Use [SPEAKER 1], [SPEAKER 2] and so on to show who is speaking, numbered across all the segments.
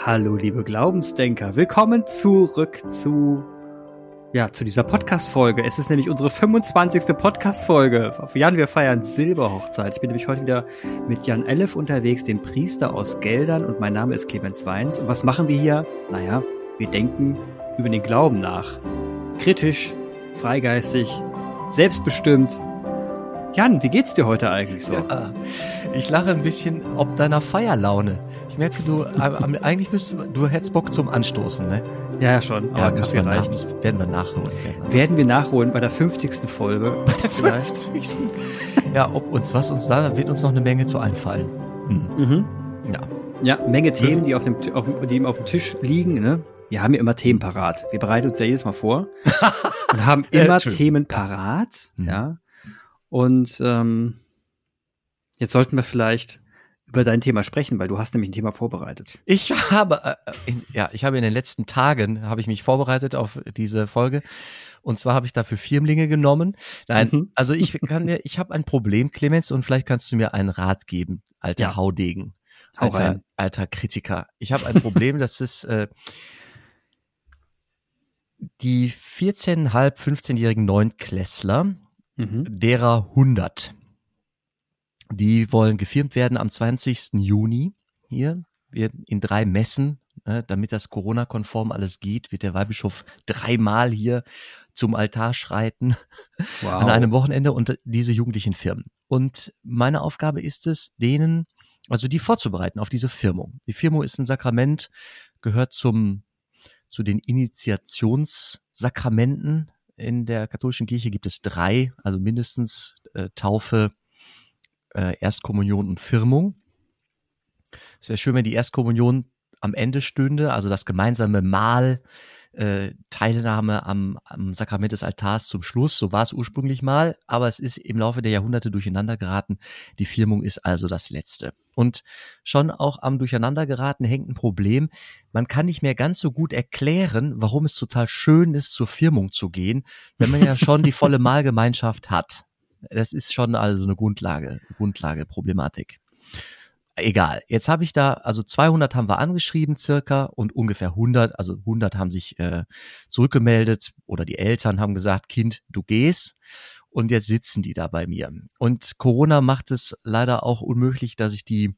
[SPEAKER 1] Hallo, liebe Glaubensdenker. Willkommen zurück zu dieser Podcast-Folge. Es ist nämlich unsere 25. Podcast-Folge. Jan, wir feiern Silberhochzeit. Ich bin nämlich heute wieder mit Jan Elef unterwegs, dem Priester aus Geldern, und mein Name ist Clemens Weins. Und was machen wir hier? Naja, wir denken über den Glauben nach. Kritisch, freigeistig, selbstbestimmt. Jan, wie geht's dir heute eigentlich so?
[SPEAKER 2] Ja, ich lache ein bisschen ob deiner Feierlaune. Ich merke, du hättest Bock zum Anstoßen, ne?
[SPEAKER 1] Ja, schon. Aber
[SPEAKER 2] ja,
[SPEAKER 1] Kaffee reicht.
[SPEAKER 2] Werden wir nachholen.
[SPEAKER 1] Werden wir nachholen bei der 50. Folge.
[SPEAKER 2] Bei der 50. Ja, wird uns noch eine Menge zu einfallen.
[SPEAKER 1] Mhm. Ja, Menge Themen, die auf dem Tisch liegen, ne? Wir haben ja immer Themen parat. Wir bereiten uns ja jedes Mal vor und haben immer Themen parat, ja. Und jetzt sollten wir vielleicht über dein Thema sprechen, weil du hast nämlich ein Thema vorbereitet.
[SPEAKER 2] Ich habe in den letzten Tagen mich vorbereitet auf diese Folge, und zwar habe ich dafür Firmlinge genommen. Nein, also ich habe ein Problem, Clemens, und vielleicht kannst du mir einen Rat geben, alter Haudegen, alter Kritiker. Ich habe ein Problem, das ist die 14,5, 15-jährigen Neunklässler, derer 100. Die wollen gefirmt werden am 20. Juni hier. In 3 Messen, damit das Corona-konform alles geht, wird der Weihbischof 3-mal hier zum Altar schreiten an einem Wochenende und diese Jugendlichen firmen. Und meine Aufgabe ist es, die vorzubereiten auf diese Firmung. Die Firmung ist ein Sakrament, gehört zu den Initiationssakramenten. In der katholischen Kirche gibt es 3, also mindestens Taufe, Erstkommunion und Firmung. Es wäre schön, wenn die Erstkommunion am Ende stünde, also das gemeinsame Mahl, Teilnahme am Sakrament des Altars zum Schluss. So war es ursprünglich mal, aber es ist im Laufe der Jahrhunderte durcheinander geraten. Die Firmung ist also das Letzte. Und schon auch am Durcheinandergeraten hängt ein Problem. Man kann nicht mehr ganz so gut erklären, warum es total schön ist, zur Firmung zu gehen, wenn man ja schon die volle Mahlgemeinschaft hat. Das ist schon also eine Problematik. Egal, jetzt habe ich da, also 200 haben wir angeschrieben circa und ungefähr 100 haben sich zurückgemeldet, oder die Eltern haben gesagt, Kind, du gehst, und jetzt sitzen die da bei mir. Und Corona macht es leider auch unmöglich, dass ich die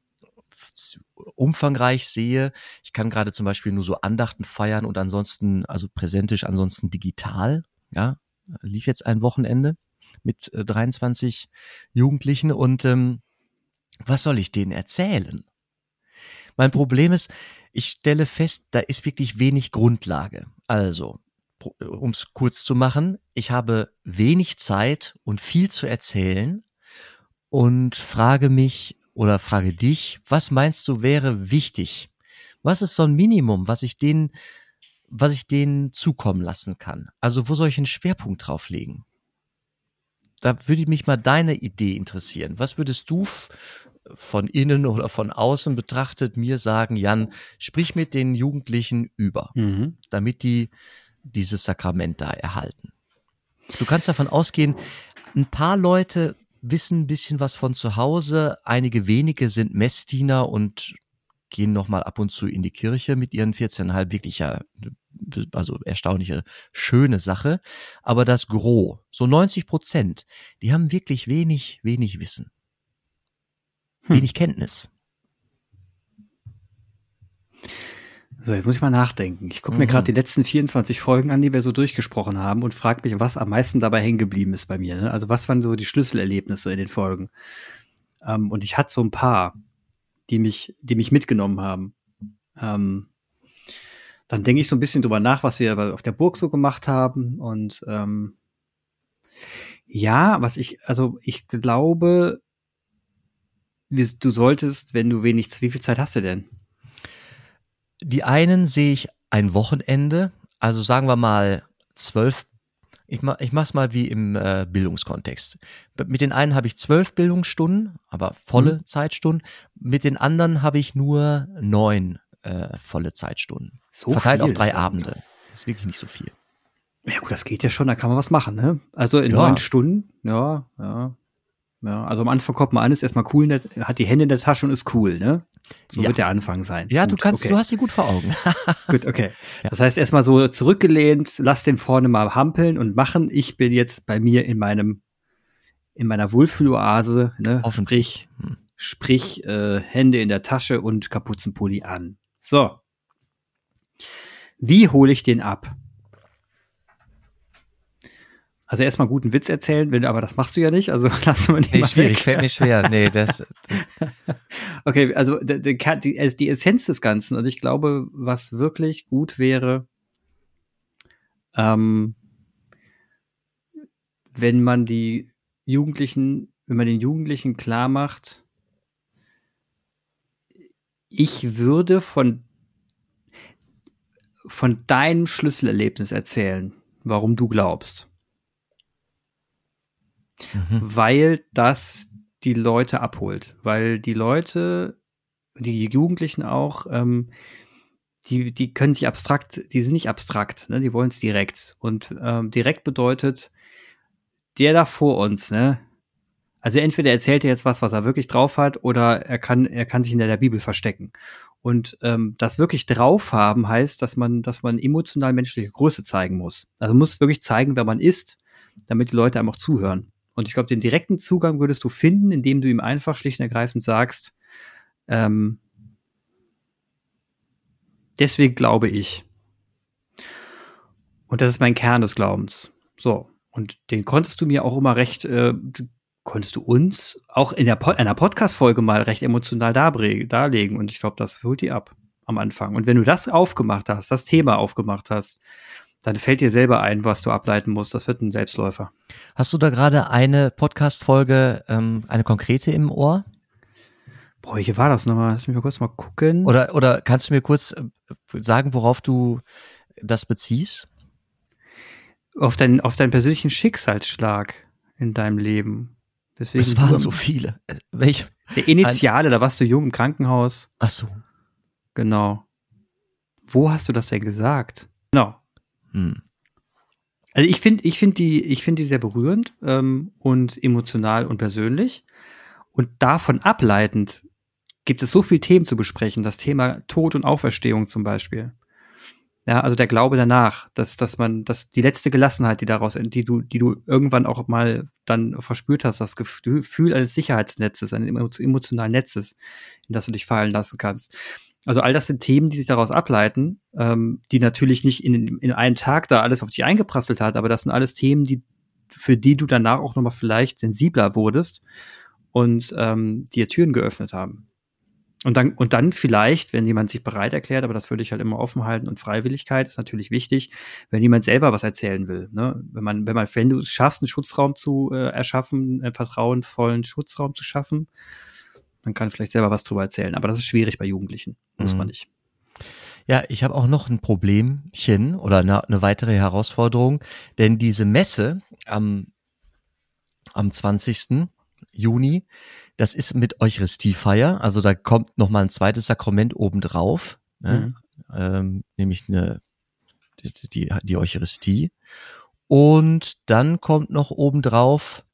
[SPEAKER 2] umfangreich sehe. Ich kann gerade zum Beispiel nur so Andachten feiern und ansonsten, also präsentisch, ansonsten digital. Ja, lief jetzt ein Wochenende mit 23 Jugendlichen, und was soll ich denen erzählen? Mein Problem ist, ich stelle fest, da ist wirklich wenig Grundlage. Also, um es kurz zu machen, ich habe wenig Zeit und viel zu erzählen und frage dich, was meinst du wäre wichtig? Was ist so ein Minimum, was ich denen zukommen lassen kann? Also, wo soll ich einen Schwerpunkt drauf legen? Da würde mich mal deine Idee interessieren. Was würdest du von innen oder von außen betrachtet mir sagen, Jan, sprich mit den Jugendlichen über, damit die dieses Sakrament da erhalten? Du kannst davon ausgehen, ein paar Leute wissen ein bisschen was von zu Hause, einige wenige sind Messdiener und gehen nochmal ab und zu in die Kirche mit ihren 14,5, wirklich also erstaunliche, schöne Sache. Aber das Gros, so 90%, die haben wirklich wenig Wissen. Wenig Kenntnis.
[SPEAKER 1] So, jetzt muss ich mal nachdenken. Ich gucke mir gerade die letzten 24 Folgen an, die wir so durchgesprochen haben, und frage mich, was am meisten dabei hängen geblieben ist bei mir. Ne? Also was waren so die Schlüsselerlebnisse in den Folgen? Und ich hatte so ein paar, die mich mitgenommen haben. Dann denke ich so ein bisschen drüber nach, was wir auf der Burg so gemacht haben. Und ich glaube, du solltest, wenn du wie viel Zeit hast du denn?
[SPEAKER 2] Die einen sehe ich ein Wochenende, also sagen wir mal 12. Ich mach's mal wie im Bildungskontext. Mit den einen habe ich 12 Bildungsstunden, aber volle Zeitstunden. Mit den anderen habe ich nur 9 volle Zeitstunden. So verteilt auf 3 Abende. Das ist wirklich nicht so viel.
[SPEAKER 1] Ja gut, das geht ja schon, da kann man was machen, ne? Also in 9 Stunden, ja. Ja, also am Anfang kommt man an, ist erstmal cool, hat die Hände in der Tasche und ist cool, ne? So wird der Anfang sein.
[SPEAKER 2] Ja,
[SPEAKER 1] gut,
[SPEAKER 2] du hast sie gut vor Augen.
[SPEAKER 1] Gut, okay.
[SPEAKER 2] Ja.
[SPEAKER 1] Das heißt, erstmal so zurückgelehnt, lass den vorne mal hampeln und machen. Ich bin jetzt bei mir in meiner Wohlfühloase, ne? Sprich, Hände in der Tasche und Kapuzenpulli an. So. Wie hole ich den ab? Also erstmal guten Witz erzählen, aber das machst du ja nicht, also lassen wir nicht mal
[SPEAKER 2] schwierig,
[SPEAKER 1] weg.
[SPEAKER 2] fällt mir schwer. Nee,
[SPEAKER 1] Okay, also die Essenz des Ganzen, also ich glaube, was wirklich gut wäre, wenn man den Jugendlichen klar macht, ich würde von deinem Schlüsselerlebnis erzählen, warum du glaubst. Weil das die Leute abholt. Weil die Leute, die Jugendlichen auch, die können sich die sind nicht abstrakt, ne? Die wollen es direkt. Und direkt bedeutet, der da vor uns, ne? Also entweder erzählt er jetzt was er wirklich drauf hat, oder er kann sich hinter der Bibel verstecken. Und das wirklich drauf haben heißt, dass man emotional menschliche Größe zeigen muss. Also muss wirklich zeigen, wer man ist, damit die Leute einem auch zuhören. Und ich glaube, den direkten Zugang würdest du finden, indem du ihm einfach schlicht und ergreifend sagst, deswegen glaube ich. Und das ist mein Kern des Glaubens. So. Und den konntest du mir auch immer konntest du uns auch in einer Podcast-Folge mal recht emotional darlegen. Und ich glaube, das holt die ab am Anfang. Und wenn du das Thema aufgemacht hast, dann fällt dir selber ein, was du ableiten musst. Das wird ein Selbstläufer.
[SPEAKER 2] Hast du da gerade eine Podcast-Folge, eine konkrete im Ohr?
[SPEAKER 1] Boah, welche war das nochmal? Lass mich mal kurz mal gucken.
[SPEAKER 2] Oder kannst du mir kurz sagen, worauf du das beziehst?
[SPEAKER 1] Auf deinen persönlichen Schicksalsschlag in deinem Leben. Deswegen
[SPEAKER 2] es waren so viele. Welche?
[SPEAKER 1] Der Initiale, da warst du jung im Krankenhaus.
[SPEAKER 2] Ach so.
[SPEAKER 1] Genau. Wo hast du das denn gesagt? Genau. Also ich finde die sehr berührend und emotional und persönlich. Und davon ableitend gibt es so viele Themen zu besprechen. Das Thema Tod und Auferstehung zum Beispiel. Ja, also der Glaube danach, dass die letzte Gelassenheit, die du irgendwann auch mal dann verspürt hast, das Gefühl eines Sicherheitsnetzes, eines emotionalen Netzes, in das du dich fallen lassen kannst. Also all das sind Themen, die sich daraus ableiten, die natürlich nicht in einen Tag da alles auf dich eingeprasselt hat, aber das sind alles Themen, für die du danach auch nochmal vielleicht sensibler wurdest und dir Türen geöffnet haben. Und dann vielleicht, wenn jemand sich bereit erklärt, aber das würde ich halt immer offen halten, und Freiwilligkeit ist natürlich wichtig, wenn jemand selber was erzählen will, ne? Wenn du es schaffst, einen Schutzraum zu erschaffen, einen vertrauensvollen Schutzraum zu schaffen, dann kann vielleicht selber was drüber erzählen. Aber das ist schwierig bei Jugendlichen, muss man nicht.
[SPEAKER 2] Ja, ich habe auch noch ein Problemchen oder eine weitere Herausforderung, denn diese Messe am 20. Juni, das ist mit Eucharistiefeier, also da kommt noch mal ein zweites Sakrament obendrauf, ne? Nämlich die Eucharistie, und dann kommt noch obendrauf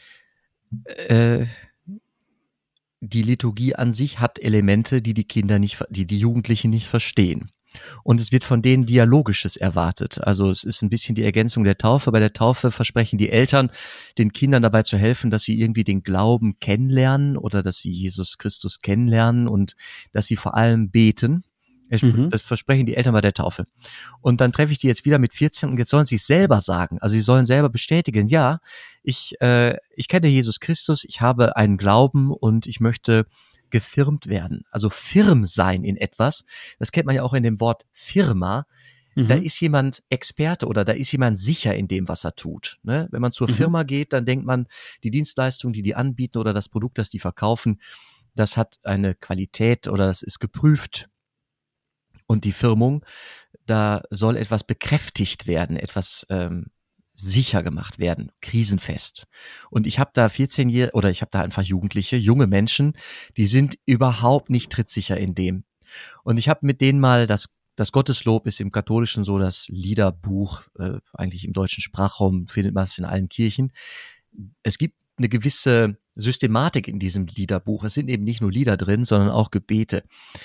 [SPEAKER 2] die Liturgie an sich hat Elemente, die die Jugendlichen nicht verstehen. Und es wird von denen Dialogisches erwartet. Also es ist ein bisschen die Ergänzung der Taufe. Bei der Taufe versprechen die Eltern, den Kindern dabei zu helfen, dass sie irgendwie den Glauben kennenlernen oder dass sie Jesus Christus kennenlernen und dass sie vor allem beten. Das versprechen die Eltern bei der Taufe. Und dann treffe ich die jetzt wieder mit 14 und jetzt sollen sie es selber sagen. Also sie sollen selber bestätigen, ja, ich kenne Jesus Christus, ich habe einen Glauben und ich möchte gefirmt werden. Also firm sein in etwas, das kennt man ja auch in dem Wort Firma. Da ist jemand Experte oder da ist jemand sicher in dem, was er tut. Ne? Wenn man zur Firma geht, dann denkt man, die Dienstleistung, die anbieten oder das Produkt, das die verkaufen, das hat eine Qualität oder das ist geprüft. Und die Firmung, da soll etwas bekräftigt werden, etwas sicher gemacht werden, krisenfest. Und ich habe da 14-Jährige oder ich habe da einfach Jugendliche, junge Menschen, die sind überhaupt nicht trittsicher in dem. Und ich habe mit denen mal das Gotteslob ist im Katholischen so das Liederbuch, eigentlich im deutschen Sprachraum findet man es in allen Kirchen. Es gibt eine gewisse Systematik in diesem Liederbuch. Es sind eben nicht nur Lieder drin, sondern auch Gebete.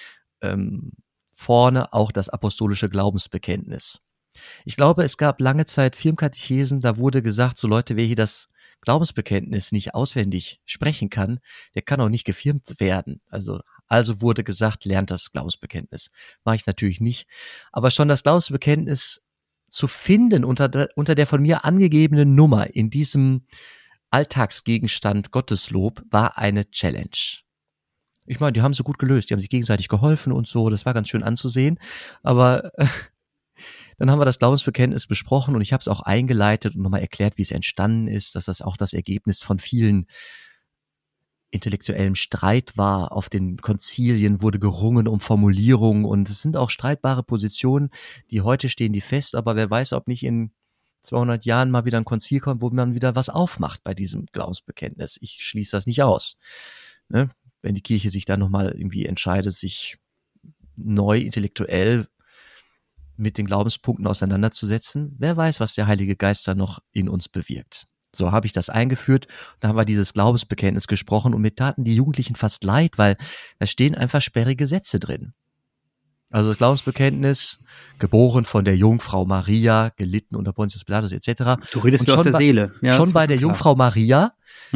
[SPEAKER 2] Vorne auch das apostolische Glaubensbekenntnis. Ich glaube, es gab lange Zeit Firmkatechesen, da wurde gesagt, so Leute, wer hier das Glaubensbekenntnis nicht auswendig sprechen kann, der kann auch nicht gefirmt werden. Also wurde gesagt, lernt das Glaubensbekenntnis. Mache ich natürlich nicht. Aber schon das Glaubensbekenntnis zu finden unter der von mir angegebenen Nummer in diesem Alltagsgegenstand Gotteslob war eine Challenge. Ich meine, die haben so gut gelöst, die haben sich gegenseitig geholfen und so, das war ganz schön anzusehen. Aber dann haben wir das Glaubensbekenntnis besprochen und ich habe es auch eingeleitet und nochmal erklärt, wie es entstanden ist, dass das auch das Ergebnis von vielen intellektuellem Streit war. Auf den Konzilien wurde gerungen um Formulierungen und es sind auch streitbare Positionen, die heute stehen die fest, aber wer weiß, ob nicht in 200 Jahren mal wieder ein Konzil kommt, wo man wieder was aufmacht bei diesem Glaubensbekenntnis. Ich schließe das nicht aus. Ne? Wenn die Kirche sich dann nochmal irgendwie entscheidet, sich neu intellektuell mit den Glaubenspunkten auseinanderzusetzen, wer weiß, was der Heilige Geist da noch in uns bewirkt. So habe ich das eingeführt, da haben wir dieses Glaubensbekenntnis gesprochen und mir taten die Jugendlichen fast leid, weil da stehen einfach sperrige Sätze drin. Also das Glaubensbekenntnis, geboren von der Jungfrau Maria, gelitten unter Pontius Pilatus etc.
[SPEAKER 1] Du redest mir aus der Seele.
[SPEAKER 2] Ja, schon bei der Jungfrau Maria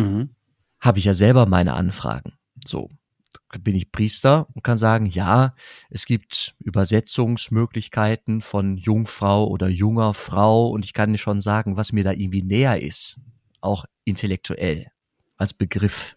[SPEAKER 2] habe ich ja selber meine Anfragen. So bin ich Priester und kann sagen, ja, es gibt Übersetzungsmöglichkeiten von Jungfrau oder junger Frau und ich kann schon sagen, was mir da irgendwie näher ist, auch intellektuell als Begriff.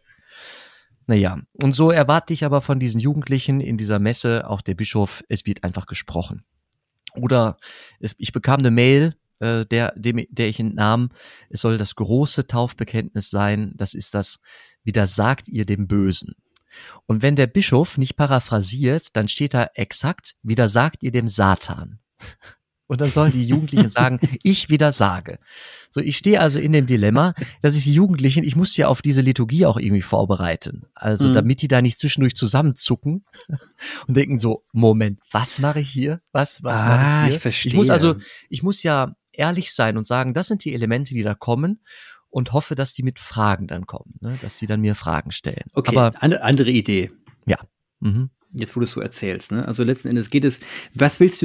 [SPEAKER 2] Naja, und so erwarte ich aber von diesen Jugendlichen in dieser Messe, auch der Bischof, es wird einfach gesprochen. Oder ich bekam eine Mail, der ich entnahm, es soll das große Taufbekenntnis sein, das ist das, widersagt ihr dem Bösen. Und wenn der Bischof nicht paraphrasiert, dann steht da exakt, widersagt ihr dem Satan. Und dann sollen die Jugendlichen sagen, ich widersage. So, ich stehe also in dem Dilemma, dass ich die Jugendlichen, ich muss ja auf diese Liturgie auch irgendwie vorbereiten. Also, damit die da nicht zwischendurch zusammenzucken und denken so, Moment, was mache ich hier? Was mache ich hier?
[SPEAKER 1] Ich verstehe.
[SPEAKER 2] Ich muss ja ehrlich sein und sagen, das sind die Elemente, die da kommen und hoffe, dass die mit Fragen dann kommen, ne? Dass die dann mir Fragen stellen.
[SPEAKER 1] Okay,
[SPEAKER 2] aber
[SPEAKER 1] andere Idee.
[SPEAKER 2] Ja.
[SPEAKER 1] Jetzt, wo du es so erzählst, ne? Also letzten Endes geht es, was willst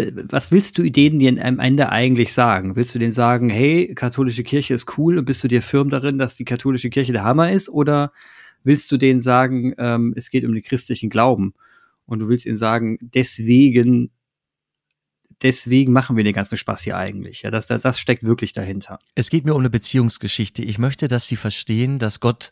[SPEAKER 1] du denen am Ende eigentlich sagen? Willst du denen sagen, hey, katholische Kirche ist cool und bist du dir firm darin, dass die katholische Kirche der Hammer ist? Oder willst du denen sagen, es geht um den christlichen Glauben und du willst ihnen sagen, deswegen machen wir den ganzen Spaß hier eigentlich. Ja, das steckt wirklich dahinter.
[SPEAKER 2] Es geht mir um eine Beziehungsgeschichte. Ich möchte, dass sie verstehen, dass Gott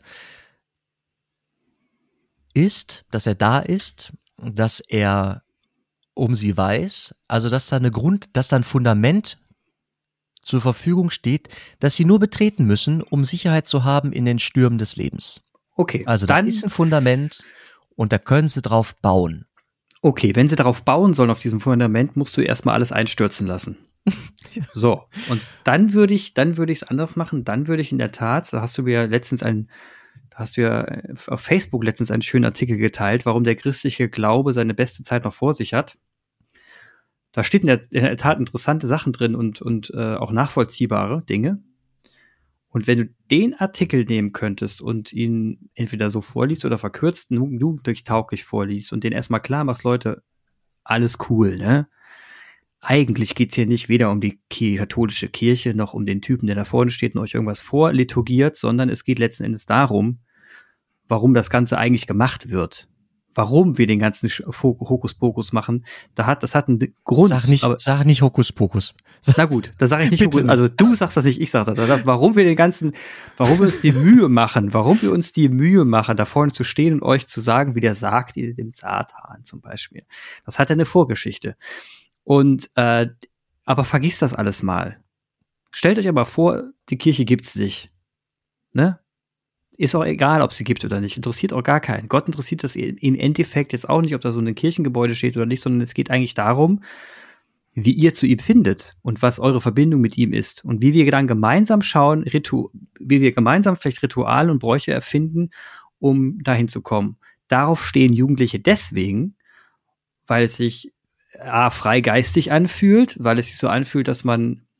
[SPEAKER 2] ist, dass er da ist, dass er um sie weiß, also dass da ein Fundament zur Verfügung steht, das sie nur betreten müssen, um Sicherheit zu haben in den Stürmen des Lebens.
[SPEAKER 1] Okay.
[SPEAKER 2] Also das ist ein Fundament und da können sie drauf bauen. Okay,
[SPEAKER 1] wenn sie darauf bauen sollen, auf diesem Fundament, musst du erstmal alles einstürzen lassen. So, und dann würde ich es anders machen. Dann würde ich in der Tat, da hast du ja auf Facebook letztens einen schönen Artikel geteilt, warum der christliche Glaube seine beste Zeit noch vor sich hat. Da steht in der Tat interessante Sachen drin und auch nachvollziehbare Dinge. Und wenn du den Artikel nehmen könntest und ihn entweder so vorliest oder verkürzt, jugendlich vorliest und den erstmal klar machst, Leute, alles cool, ne? Eigentlich geht's hier nicht weder um die katholische Kirche noch um den Typen, der da vorne steht und euch irgendwas vorliturgiert, sondern es geht letzten Endes darum, warum das Ganze eigentlich gemacht wird. Warum wir den ganzen Hokuspokus machen, das hat einen Grund.
[SPEAKER 2] Sag nicht Hokuspokus.
[SPEAKER 1] Na gut, da sage ich nicht Hokuspokus. Also du sagst das nicht, ich sag das. Warum wir uns die Mühe machen, da vorne zu stehen und euch zu sagen, wie der sagt ihr dem Satan zum Beispiel. Das hat ja eine Vorgeschichte. Und aber vergisst das alles mal. Stellt euch aber vor, die Kirche gibt's nicht. Ne? Ist auch egal, ob sie gibt oder nicht. Interessiert auch gar keinen. Gott interessiert das im Endeffekt jetzt auch nicht, ob da so ein Kirchengebäude steht oder nicht, sondern es geht eigentlich darum, wie ihr zu ihm findet und was eure Verbindung mit ihm ist. Und wie wir dann gemeinsam schauen, wie wir gemeinsam vielleicht Rituale und Bräuche erfinden, um dahin zu kommen. Darauf stehen Jugendliche deswegen, weil es sich freigeistig anfühlt, weil es sich so anfühlt, dass man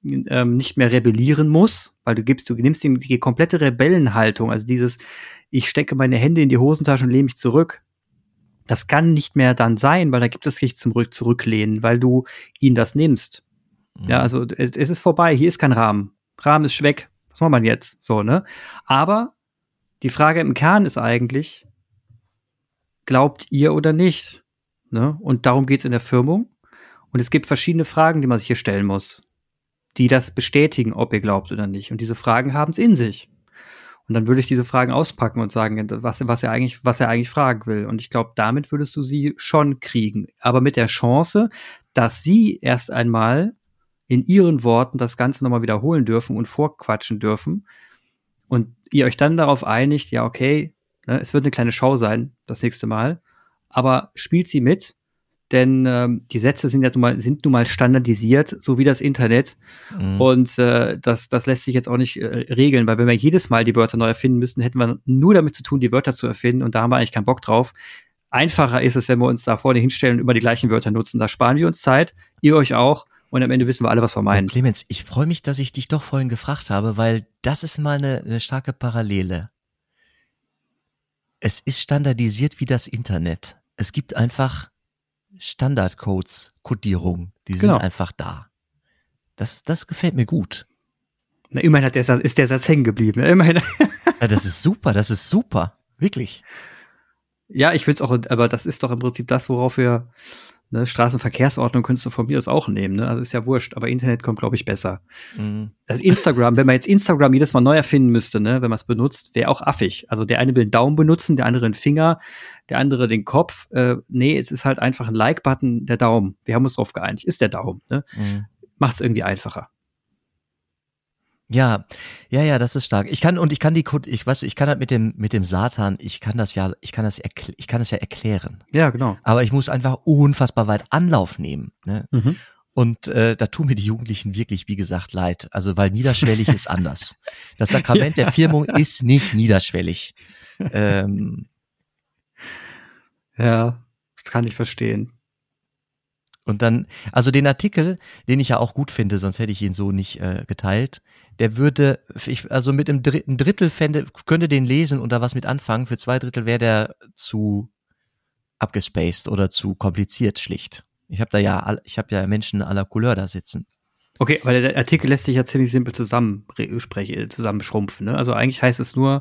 [SPEAKER 1] nicht mehr rebellieren muss, weil du nimmst ihm die komplette Rebellenhaltung, also dieses, ich stecke meine Hände in die Hosentasche und lehne mich zurück. Das kann nicht mehr dann sein, weil da gibt es nicht zum Zurücklehnen, weil du ihn das nimmst. Ja, also es ist vorbei, hier ist kein Rahmen. Rahmen ist weg. Was macht man jetzt? So, ne? Aber die Frage im Kern ist eigentlich, glaubt ihr oder nicht? Ne? Und darum geht's in der Firmung. Und es gibt verschiedene Fragen, die man sich hier stellen muss, die das bestätigen, ob ihr glaubt oder nicht. Und diese Fragen haben es in sich. Und dann würde ich diese Fragen auspacken und sagen, was er eigentlich fragen will. Und ich glaube, damit würdest du sie schon kriegen. Aber mit der Chance, dass sie erst einmal in ihren Worten das Ganze nochmal wiederholen dürfen und vorquatschen dürfen. Und ihr euch dann darauf einigt, ja, okay, ne, es wird eine kleine Show sein, das nächste Mal. Aber spielt sie mit, denn die Sätze sind nun mal standardisiert, so wie das Internet. Und das lässt sich jetzt auch nicht regeln, weil wenn wir jedes Mal die Wörter neu erfinden müssten, hätten wir nur damit zu tun, die Wörter zu erfinden. Und da haben wir eigentlich keinen Bock drauf. Einfacher ist es, wenn wir uns da vorne hinstellen und immer die gleichen Wörter nutzen. Da sparen wir uns Zeit, ihr euch auch. Und am Ende wissen wir alle, was wir meinen.
[SPEAKER 2] Clemens, ich freue mich, dass ich dich doch vorhin gefragt habe, weil das ist mal eine starke Parallele. Es ist standardisiert wie das Internet. Es gibt einfach Standardcodes, Codierung, die sind einfach da. Das gefällt mir gut.
[SPEAKER 1] Na, immerhin ist der Satz hängen geblieben. Immerhin.
[SPEAKER 2] Ja, das ist super, wirklich.
[SPEAKER 1] Ja, ich find's auch, aber das ist doch im Prinzip das, worauf wir, ne, Straßenverkehrsordnung könntest du von mir aus auch nehmen, ne? Also ist ja wurscht, aber Internet kommt, glaube ich, besser. Das Instagram, wenn man jetzt Instagram jedes Mal neu erfinden müsste, ne, wenn man es benutzt, wäre auch affig. Also der eine will einen Daumen benutzen, der andere einen Finger, der andere den Kopf. Nee, es ist halt einfach ein Like-Button, der Daumen. Wir haben uns drauf geeinigt. Ist der Daumen, ne? Macht's irgendwie einfacher.
[SPEAKER 2] Ja, das ist stark. Ich kann halt mit dem Satan, ich kann das ja erklären.
[SPEAKER 1] Ja, genau.
[SPEAKER 2] Aber ich muss einfach unfassbar weit Anlauf nehmen, ne? Und da tun mir die Jugendlichen wirklich, wie gesagt, leid. Also, weil niederschwellig ist anders. Das Sakrament der Firmung ist nicht niederschwellig.
[SPEAKER 1] Ja, das kann ich verstehen.
[SPEAKER 2] Und dann, also den Artikel, den ich ja auch gut finde, sonst hätte ich ihn so nicht geteilt, der würde, also mit einem Drittel könnte den lesen und da was mit anfangen, für 2/3 wäre der zu abgespaced oder zu kompliziert schlicht. Ich habe ja Menschen à la Couleur da sitzen.
[SPEAKER 1] Okay, aber der Artikel lässt sich ja ziemlich simpel zusammenschrumpfen, ne? Also eigentlich heißt es nur,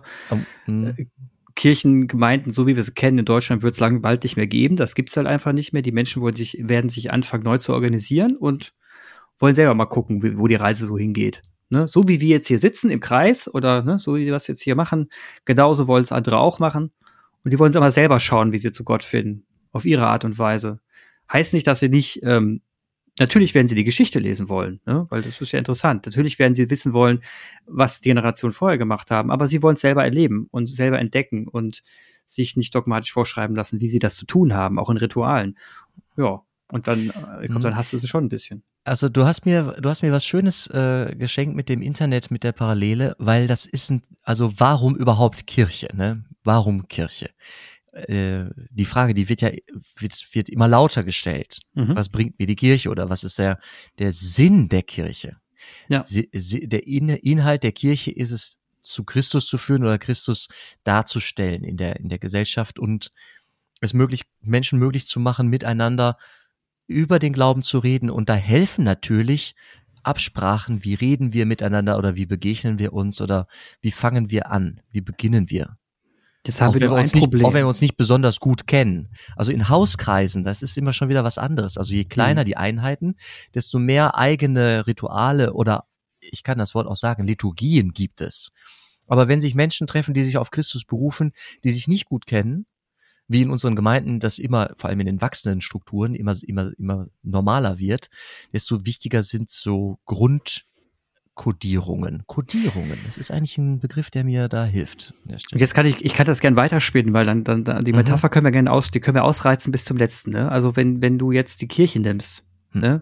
[SPEAKER 1] Kirchengemeinden, so wie wir sie kennen in Deutschland, wird es lang bald nicht mehr geben. Das gibt's halt einfach nicht mehr. Die Menschen werden sich anfangen, neu zu organisieren und wollen selber mal gucken, wo die Reise so hingeht. Ne? So wie wir jetzt hier sitzen im Kreis oder ne, so wie wir das jetzt hier machen, genauso wollen es andere auch machen. Und die wollen es aber selber schauen, wie sie zu Gott finden. Auf ihre Art und Weise. Heißt nicht, dass sie nicht natürlich werden sie die Geschichte lesen wollen, ne? Weil das ist ja interessant. Natürlich werden sie wissen wollen, was die Generationen vorher gemacht haben, aber sie wollen es selber erleben und selber entdecken und sich nicht dogmatisch vorschreiben lassen, wie sie das zu tun haben, auch in Ritualen. Ja, und dann dann hast du es schon ein bisschen.
[SPEAKER 2] Also du hast mir was Schönes geschenkt mit dem Internet, mit der Parallele, weil das ist also warum überhaupt Kirche, ne? Warum Kirche? Die Frage, die wird immer lauter gestellt. Was bringt mir die Kirche oder was ist der Sinn der Kirche? Ja. Der Inhalt der Kirche ist es, zu Christus zu führen oder Christus darzustellen in der Gesellschaft und es Menschen möglich zu machen, miteinander über den Glauben zu reden. Und da helfen natürlich Absprachen, wie reden wir miteinander oder wie begegnen wir uns oder wie fangen wir an, wie beginnen wir.
[SPEAKER 1] Jetzt haben wir ein Problem.
[SPEAKER 2] Auch wenn wir uns nicht besonders gut kennen. Also in Hauskreisen, das ist immer schon wieder was anderes. Also je kleiner die Einheiten, desto mehr eigene Rituale oder, ich kann das Wort auch sagen, Liturgien gibt es. Aber wenn sich Menschen treffen, die sich auf Christus berufen, die sich nicht gut kennen, wie in unseren Gemeinden das immer, vor allem in den wachsenden Strukturen, immer normaler wird, desto wichtiger sind so Grundkodierungen. Kodierungen, das ist eigentlich ein Begriff, der mir da hilft.
[SPEAKER 1] Und jetzt kann ich kann das gern weiterspielen, weil dann die Metapher können wir gerne ausreizen bis zum letzten, ne? Also wenn du jetzt die Kirche nimmst, ne?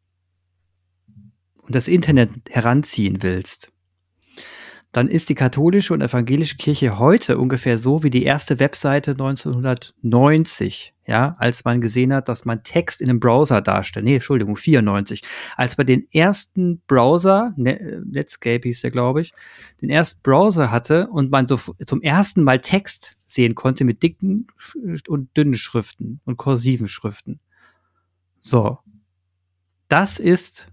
[SPEAKER 1] Und das Internet heranziehen willst, dann ist die katholische und evangelische Kirche heute ungefähr so, wie die erste Webseite 1990 ja, als man gesehen hat, dass man Text in einem Browser darstellt. Nee, Entschuldigung, 94. Als man den ersten Browser, Netscape hieß der, glaube ich, den ersten Browser hatte und man so zum ersten Mal Text sehen konnte mit dicken und dünnen Schriften und kursiven Schriften. So. Das ist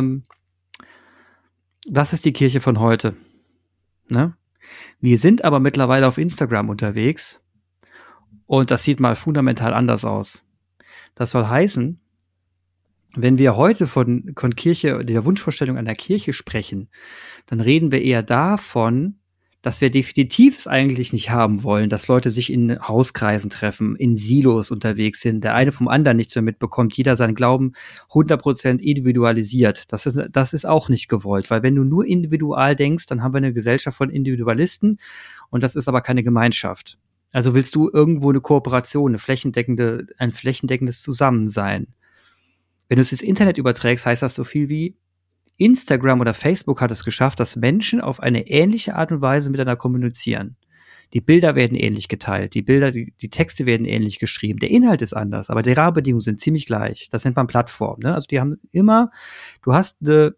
[SPEAKER 1] die Kirche von heute. Ne? Wir sind aber mittlerweile auf Instagram unterwegs und das sieht mal fundamental anders aus. Das soll heißen, wenn wir heute von Kirche, der Wunschvorstellung einer Kirche sprechen, dann reden wir eher davon, dass wir definitiv es eigentlich nicht haben wollen, dass Leute sich in Hauskreisen treffen, in Silos unterwegs sind, der eine vom anderen nichts mehr mitbekommt, jeder seinen Glauben 100% individualisiert. Das ist auch nicht gewollt, weil wenn du nur individual denkst, dann haben wir eine Gesellschaft von Individualisten und das ist aber keine Gemeinschaft. Also willst du irgendwo eine Kooperation, ein flächendeckendes Zusammensein. Wenn du es ins Internet überträgst, heißt das so viel wie Instagram oder Facebook hat es geschafft, dass Menschen auf eine ähnliche Art und Weise miteinander kommunizieren. Die Bilder werden ähnlich geteilt, die Texte werden ähnlich geschrieben. Der Inhalt ist anders, aber die Rahmenbedingungen sind ziemlich gleich. Das nennt man Plattform. Ne? Also die haben immer, du hast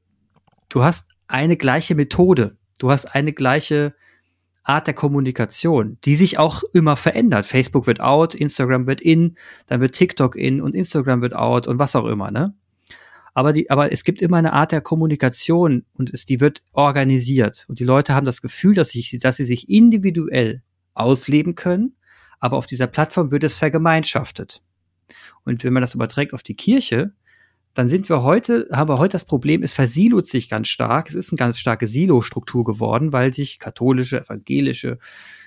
[SPEAKER 1] eine gleiche Methode, du hast eine gleiche Art der Kommunikation, die sich auch immer verändert. Facebook wird out, Instagram wird in, dann wird TikTok in und Instagram wird out und was auch immer, ne? Aber es gibt immer eine Art der Kommunikation und die wird organisiert. Und die Leute haben das Gefühl, dass sie sich individuell ausleben können, aber auf dieser Plattform wird es vergemeinschaftet. Und wenn man das überträgt auf die Kirche, dann haben wir heute das Problem, es versilot sich ganz stark. Es ist eine ganz starke Silo-Struktur geworden, weil sich katholische, evangelische,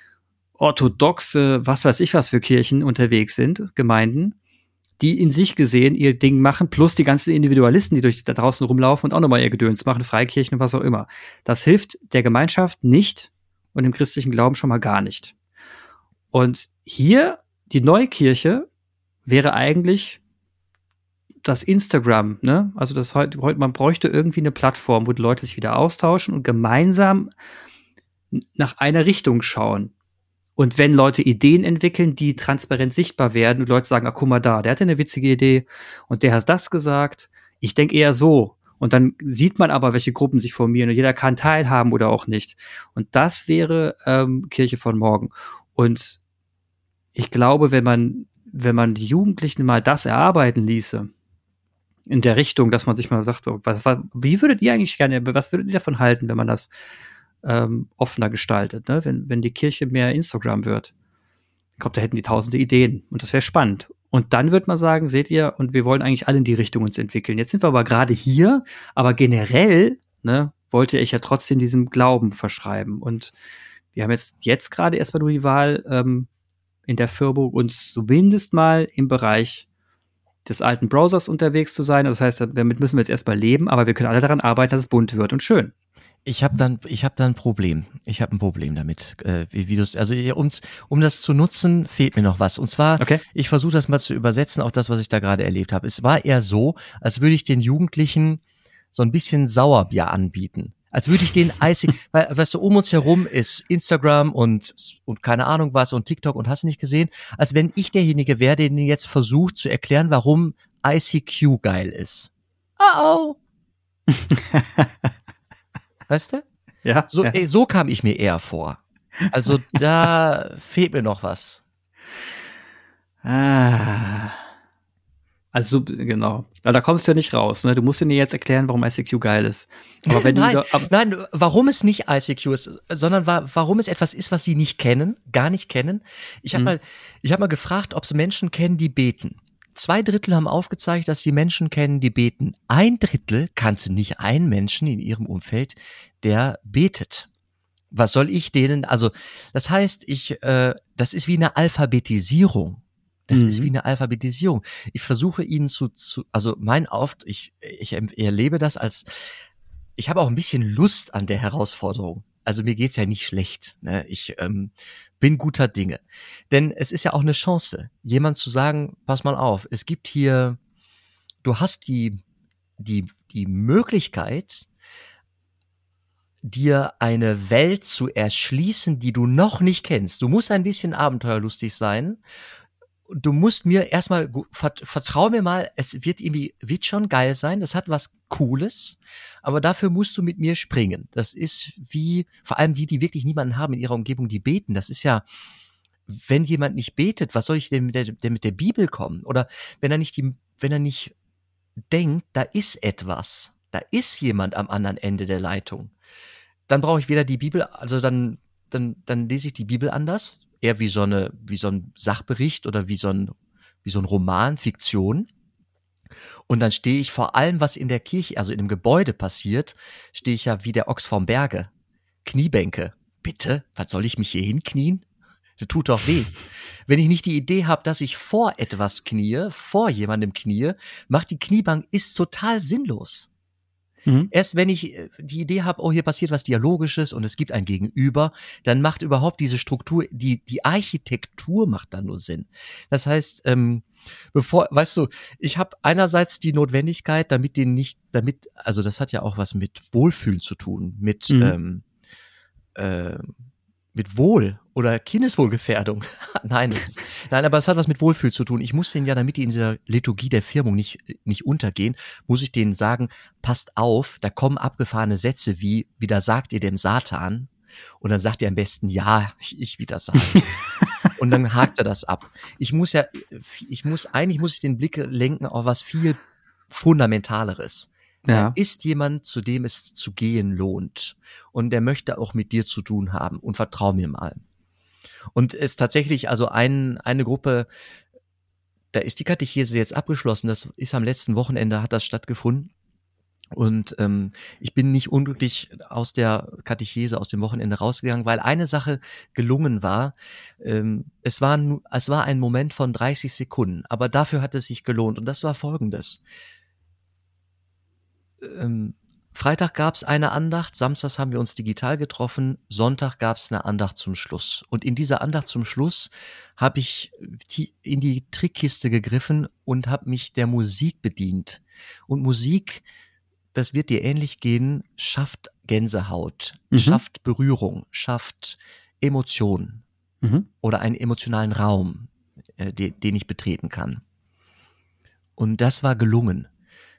[SPEAKER 1] orthodoxe, was weiß ich was für Kirchen unterwegs sind, Gemeinden, die in sich gesehen ihr Ding machen, plus die ganzen Individualisten, die da draußen rumlaufen und auch nochmal ihr Gedöns machen, Freikirchen und was auch immer. Das hilft der Gemeinschaft nicht und dem christlichen Glauben schon mal gar nicht. Und hier, die neue Kirche wäre eigentlich das Instagram, ne? Also das heute, man bräuchte irgendwie eine Plattform, wo die Leute sich wieder austauschen und gemeinsam nach einer Richtung schauen. Und wenn Leute Ideen entwickeln, die transparent sichtbar werden und Leute sagen, guck mal da, der hatte eine witzige Idee und der hat das gesagt, ich denke eher so. Und dann sieht man aber, welche Gruppen sich formieren und jeder kann teilhaben oder auch nicht. Und das wäre Kirche von morgen. Und ich glaube, wenn man die Jugendlichen mal das erarbeiten ließe, in der Richtung, dass man sich mal sagt, wie würdet ihr eigentlich gerne, was würdet ihr davon halten, wenn man das offener gestaltet, ne? Wenn die Kirche mehr Instagram wird. Ich glaube, da hätten die tausende Ideen und das wäre spannend. Und dann wird man sagen, seht ihr, und wir wollen eigentlich alle in die Richtung uns entwickeln. Jetzt sind wir aber gerade hier, aber generell, ne, wollte ich ja trotzdem diesem Glauben verschreiben. Und wir haben jetzt gerade erstmal nur die Wahl, in der Firma uns zumindest mal im Bereich des alten Browsers unterwegs zu sein. Das heißt, damit müssen wir jetzt erstmal leben, aber wir können alle daran arbeiten, dass es bunt wird und schön.
[SPEAKER 2] Ich habe ein Problem. Ich habe ein Problem damit. Um das zu nutzen, fehlt mir noch was. Und zwar, okay. Ich versuche das mal zu übersetzen auf das, was ich da gerade erlebt habe. Es war eher so, als würde ich den Jugendlichen so ein bisschen Sauerbier anbieten. Als würde ich den eisig, weil, weißt du, um uns herum ist Instagram und keine Ahnung was und TikTok und hast nicht gesehen, als wenn ich derjenige wäre, der jetzt versucht zu erklären, warum ICQ geil ist. Oh. Weißt du?
[SPEAKER 1] Ja.
[SPEAKER 2] So kam ich mir eher vor. Also da fehlt mir noch was.
[SPEAKER 1] Also genau. Also, da kommst du ja nicht raus, ne? Du musst dir jetzt erklären, warum ICQ geil ist. Aber wenn
[SPEAKER 2] nein, warum es nicht ICQ ist, sondern warum es etwas ist, was sie nicht kennen, gar nicht kennen. Ich hab mal gefragt, ob sie Menschen kennen, die beten. 2/3 haben aufgezeigt, dass sie Menschen kennen, die beten. 1/3 kannte nicht einen Menschen in ihrem Umfeld, der betet. Was soll ich denen, also das heißt, das ist wie eine Alphabetisierung. Das ist wie eine Alphabetisierung. Ich versuche ihnen ich erlebe das als, ich habe auch ein bisschen Lust an der Herausforderung. Also mir geht's ja nicht schlecht, ne? Ich bin guter Dinge. Denn es ist ja auch eine Chance, jemand zu sagen, pass mal auf, es gibt hier, du hast die Möglichkeit, dir eine Welt zu erschließen, die du noch nicht kennst. Du musst ein bisschen abenteuerlustig sein du musst mir erstmal, vertrau mir mal, es wird schon geil sein, das hat was Cooles, aber dafür musst du mit mir springen. Das ist wie, vor allem die wirklich niemanden haben in ihrer Umgebung, die beten, das ist ja, wenn jemand nicht betet, was soll ich denn mit der Bibel kommen? Oder wenn er nicht denkt, da ist etwas, da ist jemand am anderen Ende der Leitung, dann brauche ich weder die Bibel, also dann lese ich die Bibel anders, eher wie so ein Sachbericht oder wie so ein Roman, Fiktion. Und dann stehe ich vor allem, was in der Kirche, also in dem Gebäude passiert, stehe ich ja wie der Ochs vom Berge. Kniebänke. Bitte? Was soll ich mich hier hinknien? Das tut doch weh. Wenn ich nicht die Idee habe, dass ich vor etwas kniee, vor jemandem kniee, macht die Kniebank, ist total sinnlos. Erst wenn ich die Idee habe, oh, hier passiert was Dialogisches und es gibt ein Gegenüber, dann macht überhaupt diese Struktur, die Architektur macht dann nur Sinn. Das heißt, weißt du, ich habe einerseits die Notwendigkeit, also das hat ja auch was mit Wohlfühlen zu tun, mit Wohl oder Kindeswohlgefährdung. Nein, aber es hat was mit Wohlfühl zu tun. Ich muss denen ja, damit die in dieser Liturgie der Firmung nicht untergehen, muss ich denen sagen, passt auf, da kommen abgefahrene Sätze wie da sagt ihr dem Satan. Und dann sagt ihr am besten, ja, ich will das sagen. Und dann hakt er das ab. Eigentlich muss ich den Blick lenken auf was viel Fundamentaleres. Ja. Ist jemand, zu dem es zu gehen lohnt und der möchte auch mit dir zu tun haben und vertrau mir mal. Und es ist tatsächlich also eine Gruppe, da ist die Katechese jetzt abgeschlossen, das ist am letzten Wochenende, hat das stattgefunden und ich bin nicht unglücklich aus der Katechese, aus dem Wochenende rausgegangen, weil eine Sache gelungen war. Es war ein Moment von 30 Sekunden, aber dafür hat es sich gelohnt und das war Folgendes. Freitag gab es eine Andacht, samstags haben wir uns digital getroffen, Sonntag gab es eine Andacht zum Schluss. Und in dieser Andacht zum Schluss habe ich in die Trickkiste gegriffen und habe mich der Musik bedient. Und Musik, das wird dir ähnlich gehen, schafft Gänsehaut, schafft Berührung, schafft Emotionen oder einen emotionalen Raum, den ich betreten kann. Und das war gelungen.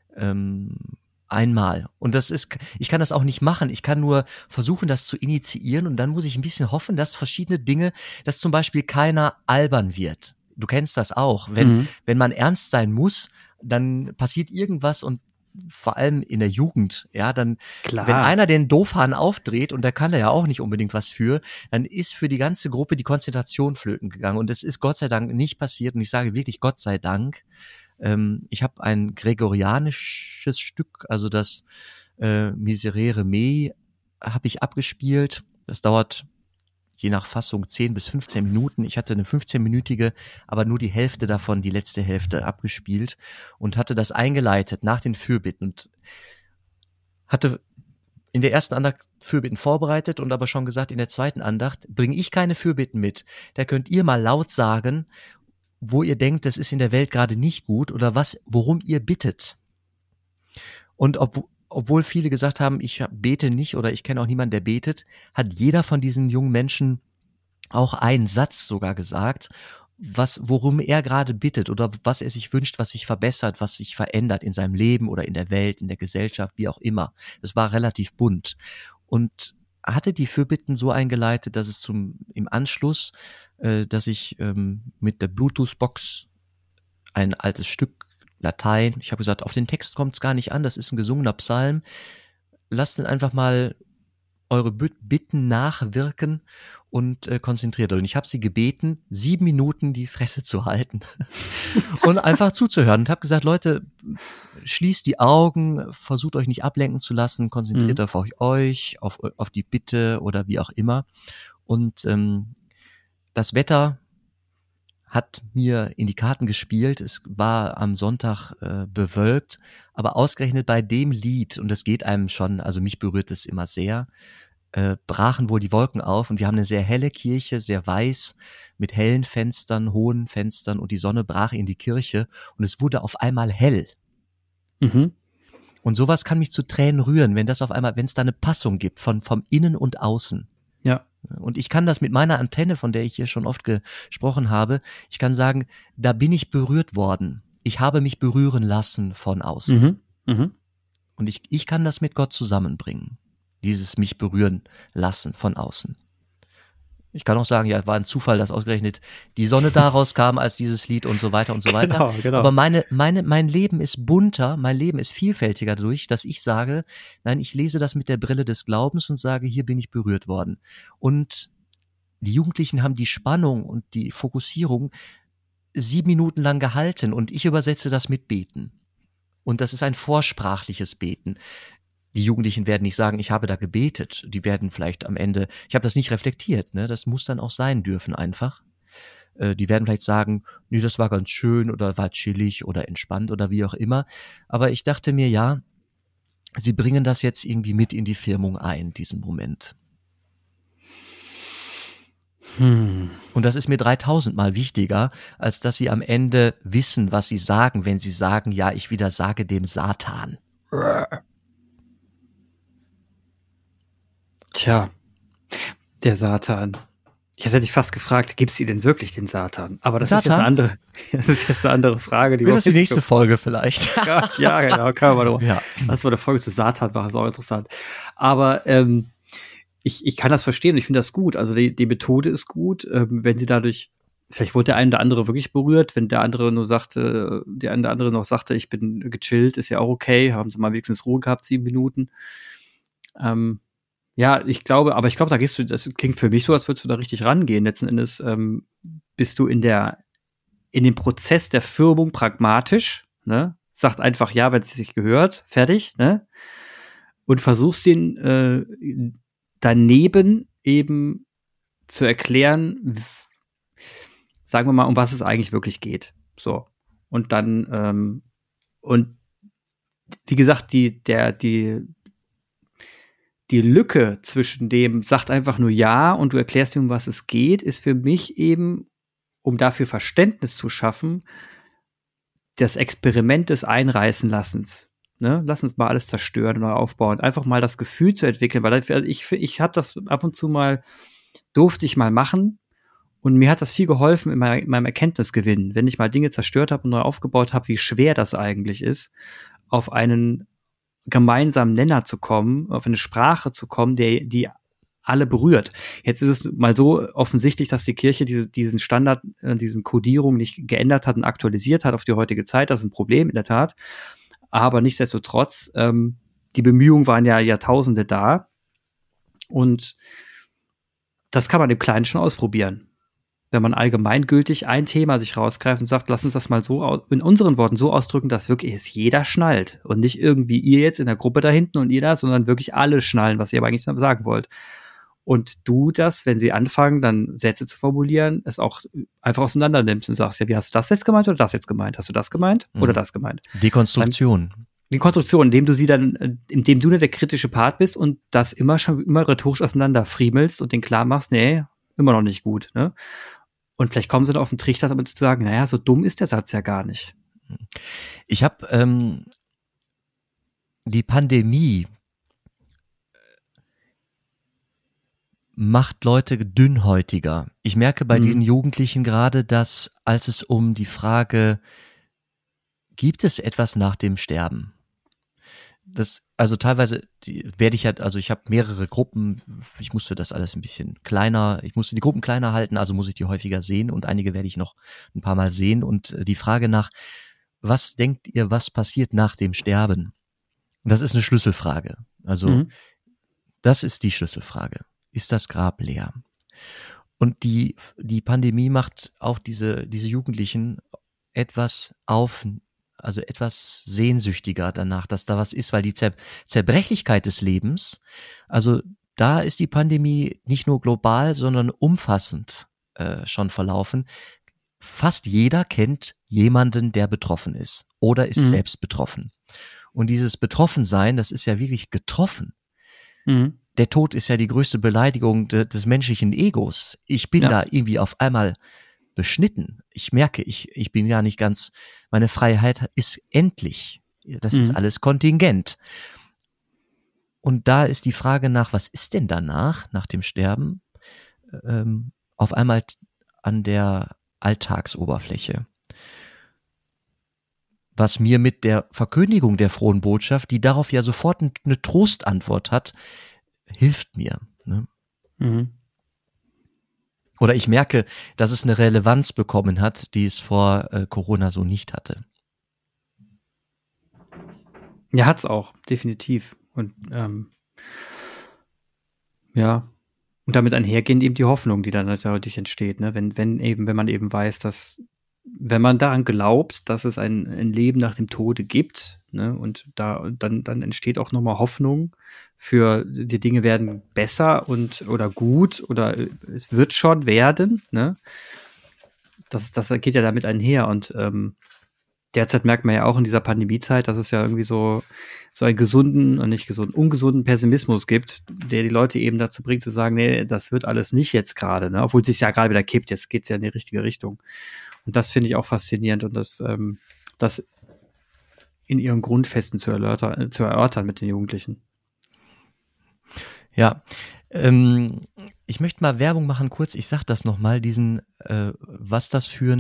[SPEAKER 2] Einmal. Und ich kann das auch nicht machen. Ich kann nur versuchen, das zu initiieren und dann muss ich ein bisschen hoffen, dass verschiedene Dinge, dass zum Beispiel keiner albern wird. Du kennst das auch. Wenn man ernst sein muss, dann passiert irgendwas und vor allem in der Jugend, ja, dann, klar. Wenn einer den Doofhahn aufdreht und da kann er ja auch nicht unbedingt was für, dann ist für die ganze Gruppe die Konzentration flöten gegangen und es ist Gott sei Dank nicht passiert und ich sage wirklich Gott sei Dank. Ich habe ein gregorianisches Stück, also das Miserere Mei, habe ich abgespielt. Das dauert je nach Fassung 10 bis 15 Minuten. Ich hatte eine 15-minütige, aber nur die Hälfte davon, die letzte Hälfte abgespielt und hatte das eingeleitet nach den Fürbitten und hatte in der ersten Andacht Fürbitten vorbereitet und aber schon gesagt, in der zweiten Andacht bringe ich keine Fürbitten mit. Da könnt ihr mal laut sagen, wo ihr denkt, das ist in der Welt gerade nicht gut oder worum ihr bittet. Und obwohl viele gesagt haben, ich bete nicht oder ich kenne auch niemanden, der betet, hat jeder von diesen jungen Menschen auch einen Satz sogar gesagt, worum er gerade bittet oder was er sich wünscht, was sich verbessert, was sich verändert in seinem Leben oder in der Welt, in der Gesellschaft, wie auch immer. Es war relativ bunt und hatte die Fürbitten so eingeleitet, dass es im Anschluss, dass ich mit der Bluetooth-Box ein altes Stück Latein, ich habe gesagt, auf den Text kommt es gar nicht an, das ist ein gesungener Psalm, lasst ihn einfach mal eure Bitten nachwirken und konzentriert euch. Und ich habe sie gebeten, 7 Minuten die Fresse zu halten und einfach zuzuhören und habe gesagt, Leute, schließt die Augen, versucht euch nicht ablenken zu lassen, konzentriert euch auf die Bitte oder wie auch immer. Und das Wetter hat mir in die Karten gespielt. Es war am Sonntag bewölkt, aber ausgerechnet bei dem Lied, und das geht einem schon, also mich berührt es immer sehr, brachen wohl die Wolken auf und wir haben eine sehr helle Kirche, sehr weiß, mit hellen Fenstern, hohen Fenstern und die Sonne brach in die Kirche und es wurde auf einmal hell. Und sowas kann mich zu Tränen rühren, wenn es da eine Passung gibt vom Innen und Außen.
[SPEAKER 1] Ja.
[SPEAKER 2] Und ich kann das mit meiner Antenne, von der ich hier schon oft gesprochen habe, ich kann sagen, da bin ich berührt worden. Ich habe mich berühren lassen von außen.
[SPEAKER 1] Mhm. Mhm.
[SPEAKER 2] Und ich kann das mit Gott zusammenbringen. Dieses mich berühren lassen von außen. Ich kann auch sagen, ja, war ein Zufall, dass ausgerechnet die Sonne daraus kam als dieses Lied und so weiter und so weiter.
[SPEAKER 1] Genau.
[SPEAKER 2] Aber mein Leben ist bunter, mein Leben ist vielfältiger dadurch, dass ich sage, nein, ich lese das mit der Brille des Glaubens und sage, hier bin ich berührt worden. Und die Jugendlichen haben die Spannung und die Fokussierung 7 Minuten lang gehalten und ich übersetze das mit Beten. Und das ist ein vorsprachliches Beten. Die Jugendlichen werden nicht sagen, ich habe da gebetet. Die werden vielleicht am Ende, ich habe das nicht reflektiert, ne? Das muss dann auch sein dürfen einfach. Die werden vielleicht sagen, nee, das war ganz schön oder war chillig oder entspannt oder wie auch immer. Aber ich dachte mir, ja, sie bringen das jetzt irgendwie mit in die Firmung ein, diesen Moment. Und das ist mir 3000 Mal wichtiger, als dass sie am Ende wissen, was sie sagen, wenn sie sagen, ja, ich widersage dem Satan.
[SPEAKER 1] Tja, der Satan. Jetzt hätte ich fast gefragt, gibt es ihn denn wirklich, den Satan? Aber das ist jetzt eine andere Frage.
[SPEAKER 2] Wird das die nächste Folge vielleicht?
[SPEAKER 1] Ja, genau, können wir mal
[SPEAKER 2] Ja.
[SPEAKER 1] Lass mal eine Folge zu Satan machen, ist auch interessant. Aber ich kann das verstehen und ich finde das gut. Also die Methode ist gut, wenn sie dadurch, vielleicht wurde der eine oder andere wirklich berührt, wenn der andere nur sagte, der eine oder andere noch sagte, ich bin gechillt, ist ja auch okay, haben sie mal wenigstens Ruhe gehabt, 7 Minuten. Ja, ich glaube, da gehst du, das klingt für mich so, als würdest du da richtig rangehen. Letzten Endes bist du in dem Prozess der Firmung pragmatisch, ne? Sagt einfach ja, wenn es sich gehört, fertig, ne? Und versuchst den daneben eben zu erklären, sagen wir mal, um was es eigentlich wirklich geht. So. Und dann, und wie gesagt, die Lücke zwischen dem, sagt einfach nur ja und du erklärst ihm, um was es geht, ist für mich eben, um dafür Verständnis zu schaffen, das Experiment des Einreißenlassens. Ne? Lass uns mal alles zerstören und neu aufbauen. Einfach mal das Gefühl zu entwickeln, weil ich habe das ab und zu mal, durfte ich mal machen und mir hat das viel geholfen in meinem Erkenntnisgewinn, wenn ich mal Dinge zerstört habe und neu aufgebaut habe, wie schwer das eigentlich ist, auf einen gemeinsamen Nenner zu kommen, auf eine Sprache zu kommen, die alle berührt. Jetzt ist es mal so offensichtlich, dass die Kirche diesen Standard, diesen Kodierung nicht geändert hat und aktualisiert hat auf die heutige Zeit. Das ist ein Problem, in der Tat. Aber nichtsdestotrotz, die Bemühungen waren ja Jahrtausende da. Und das kann man im Kleinen schon ausprobieren. Wenn man allgemeingültig ein Thema sich rausgreift und sagt, lass uns das mal so in unseren Worten so ausdrücken, dass wirklich es jeder schnallt. Und nicht irgendwie ihr jetzt in der Gruppe da hinten und ihr da, sondern wirklich alle schnallen, was ihr aber eigentlich sagen wollt. Und du das, wenn sie anfangen, dann Sätze zu formulieren, es auch einfach auseinander nimmst und sagst, ja, wie hast du das jetzt gemeint oder das jetzt gemeint? Hast du das gemeint oder das gemeint?
[SPEAKER 2] Dekonstruktion.
[SPEAKER 1] Die Konstruktion, indem du der kritische Part bist und das immer rhetorisch auseinander friemelst und den klar machst, nee, immer noch nicht gut, ne? Und vielleicht kommen sie dann auf den Trichter, aber zu sagen, naja, so dumm ist der Satz ja gar nicht.
[SPEAKER 2] Ich habe die Pandemie macht Leute dünnhäutiger. Ich merke bei diesen Jugendlichen gerade, dass als es um die Frage, gibt es etwas nach dem Sterben? Also teilweise werde ich halt, also ich habe mehrere Gruppen, ich musste das alles ein bisschen kleiner, ich musste die Gruppen kleiner halten, also muss ich die häufiger sehen und einige werde ich noch ein paar Mal sehen und die Frage nach, was denkt ihr, was passiert nach dem Sterben? Und das ist eine Schlüsselfrage. Also das ist die Schlüsselfrage. Ist das Grab leer? Und die Pandemie macht auch diese Jugendlichen etwas sehnsüchtiger danach, dass da was ist, weil die Zerbrechlichkeit des Lebens, also da ist die Pandemie nicht nur global, sondern umfassend schon verlaufen. Fast jeder kennt jemanden, der betroffen ist oder ist selbst betroffen. Und dieses Betroffensein, das ist ja wirklich getroffen. Der Tod ist ja die größte Beleidigung des menschlichen Egos. Ich bin da irgendwie auf einmal beschnitten. Ich merke, ich bin ja nicht ganz, meine Freiheit ist endlich. Das ist alles kontingent. Und da ist die Frage nach, was ist denn danach, nach dem Sterben? auf einmal an der Alltagsoberfläche. Was mir mit der Verkündigung der frohen Botschaft, die darauf ja sofort eine Trostantwort hat, hilft mir. Ne?
[SPEAKER 1] Mhm.
[SPEAKER 2] Oder ich merke, dass es eine Relevanz bekommen hat, die es vor Corona so nicht hatte.
[SPEAKER 1] Ja, hat's auch, definitiv. Und ja, und damit einhergehend eben die Hoffnung, die dann dadurch entsteht, ne? Wenn man eben weiß, dass, wenn man daran glaubt, dass es ein Leben nach dem Tode gibt, ne, und dann entsteht auch nochmal Hoffnung für, die Dinge werden besser oder gut oder es wird schon werden, ne? Das geht ja damit einher und derzeit merkt man ja auch in dieser Pandemiezeit, dass es ja irgendwie so einen ungesunden Pessimismus gibt, der die Leute eben dazu bringt zu sagen, nee, das wird alles nicht jetzt gerade, ne? Obwohl es sich ja gerade wieder kippt, jetzt geht's ja in die richtige Richtung. Und das finde ich auch faszinierend und das in ihren Grundfesten zu erörtern mit den Jugendlichen.
[SPEAKER 2] Ja, ich möchte mal Werbung machen, kurz, ich sag das nochmal, was das für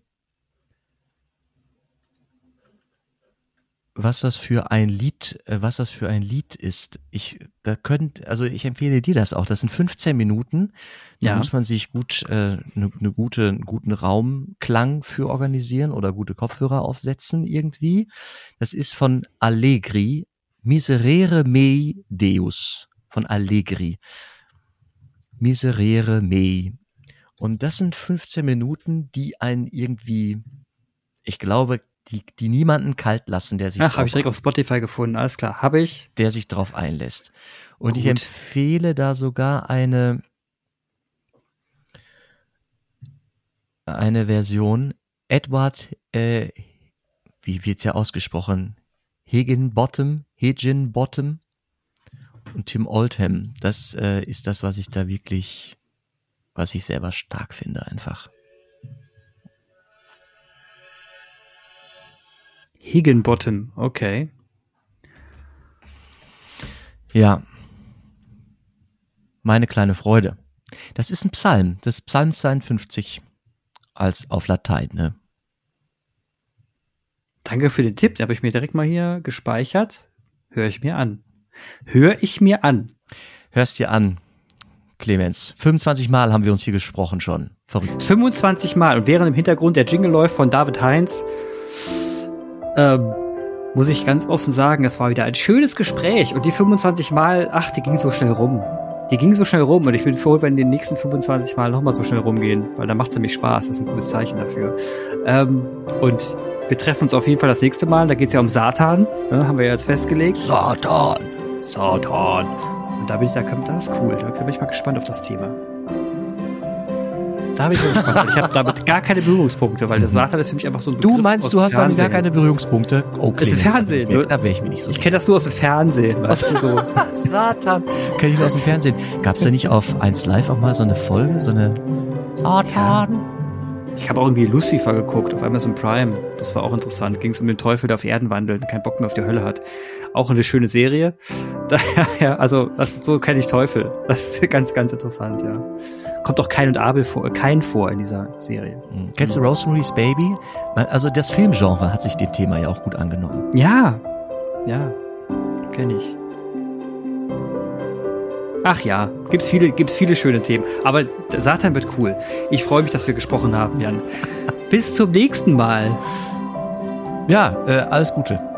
[SPEAKER 2] ein Lied ist. Ich empfehle dir das auch. Das sind 15 Minuten. Da muss man sich einen guten Raumklang für organisieren oder gute Kopfhörer aufsetzen irgendwie. Das ist von Allegri, Miserere mei Deus, von Allegri. Miserere mei. Und das sind 15 Minuten, die einen irgendwie, ich glaube, die niemanden kalt lassen, der sich
[SPEAKER 1] habe ich direkt auf Spotify gefunden, alles klar, habe ich.
[SPEAKER 2] Der sich drauf einlässt. Und
[SPEAKER 1] Gut.
[SPEAKER 2] Ich empfehle da sogar eine Version, Edward, wie wird's ja ausgesprochen? Higginbottom und Tim Oldham. Das ist das, was ich selber stark finde einfach.
[SPEAKER 1] Higginbottom, okay.
[SPEAKER 2] Ja. Meine kleine Freude. Das ist ein Psalm. Das ist Psalm 52 auf Latein, ne?
[SPEAKER 1] Danke für den Tipp, den habe ich mir direkt mal hier gespeichert. Höre ich mir an.
[SPEAKER 2] Hörst dir an, Clemens. 25 Mal haben wir uns hier gesprochen schon. Verrückt.
[SPEAKER 1] 25 Mal. Und während im Hintergrund der Jingle läuft von David Heinz, muss ich ganz offen sagen, es war wieder ein schönes Gespräch. Und die 25 Mal, die ging so schnell rum. Und ich bin froh, wenn die nächsten 25 Mal nochmal so schnell rumgehen, weil dann macht es nämlich Spaß. Das ist ein gutes Zeichen dafür. Und wir treffen uns auf jeden Fall das nächste Mal. Da geht es ja um Satan, ne, haben wir ja jetzt festgelegt.
[SPEAKER 2] Satan.
[SPEAKER 1] Und das ist cool. Da bin ich mal gespannt auf das Thema. Da bin ich mal gespannt. Ich habe damit gar keine Berührungspunkte, weil der Satan ist für mich einfach so ein Begriff.
[SPEAKER 2] Du meinst, du hast damit gar keine Berührungspunkte?
[SPEAKER 1] Okay. Das ist im Fernsehen.
[SPEAKER 2] Da wäre ich mir nicht so.
[SPEAKER 1] Ich kenne das nur aus dem Fernsehen. Weißt du, so.
[SPEAKER 2] Satan. Kenn ich nur aus dem Fernsehen. Gab's da nicht auf 1 Live auch mal so eine Folge? So eine Satan?
[SPEAKER 1] Ja. Ich habe auch irgendwie Lucifer geguckt auf Amazon Prime. Das war auch interessant. Ging es um den Teufel, der auf Erden wandelt und keinen Bock mehr auf die Hölle hat. Auch eine schöne Serie. Daher, also so kenne ich Teufel. Das ist ganz, ganz interessant, ja. Kommt auch Kain und Abel vor in dieser Serie.
[SPEAKER 2] Kennst du Rosemary's Baby? Also das Filmgenre hat sich dem Thema ja auch gut angenommen.
[SPEAKER 1] Ja, kenne ich. Ach ja, gibt's viele schöne Themen. Aber Satan wird cool. Ich freue mich, dass wir gesprochen haben, Jan. Bis zum nächsten Mal.
[SPEAKER 2] Ja, alles Gute.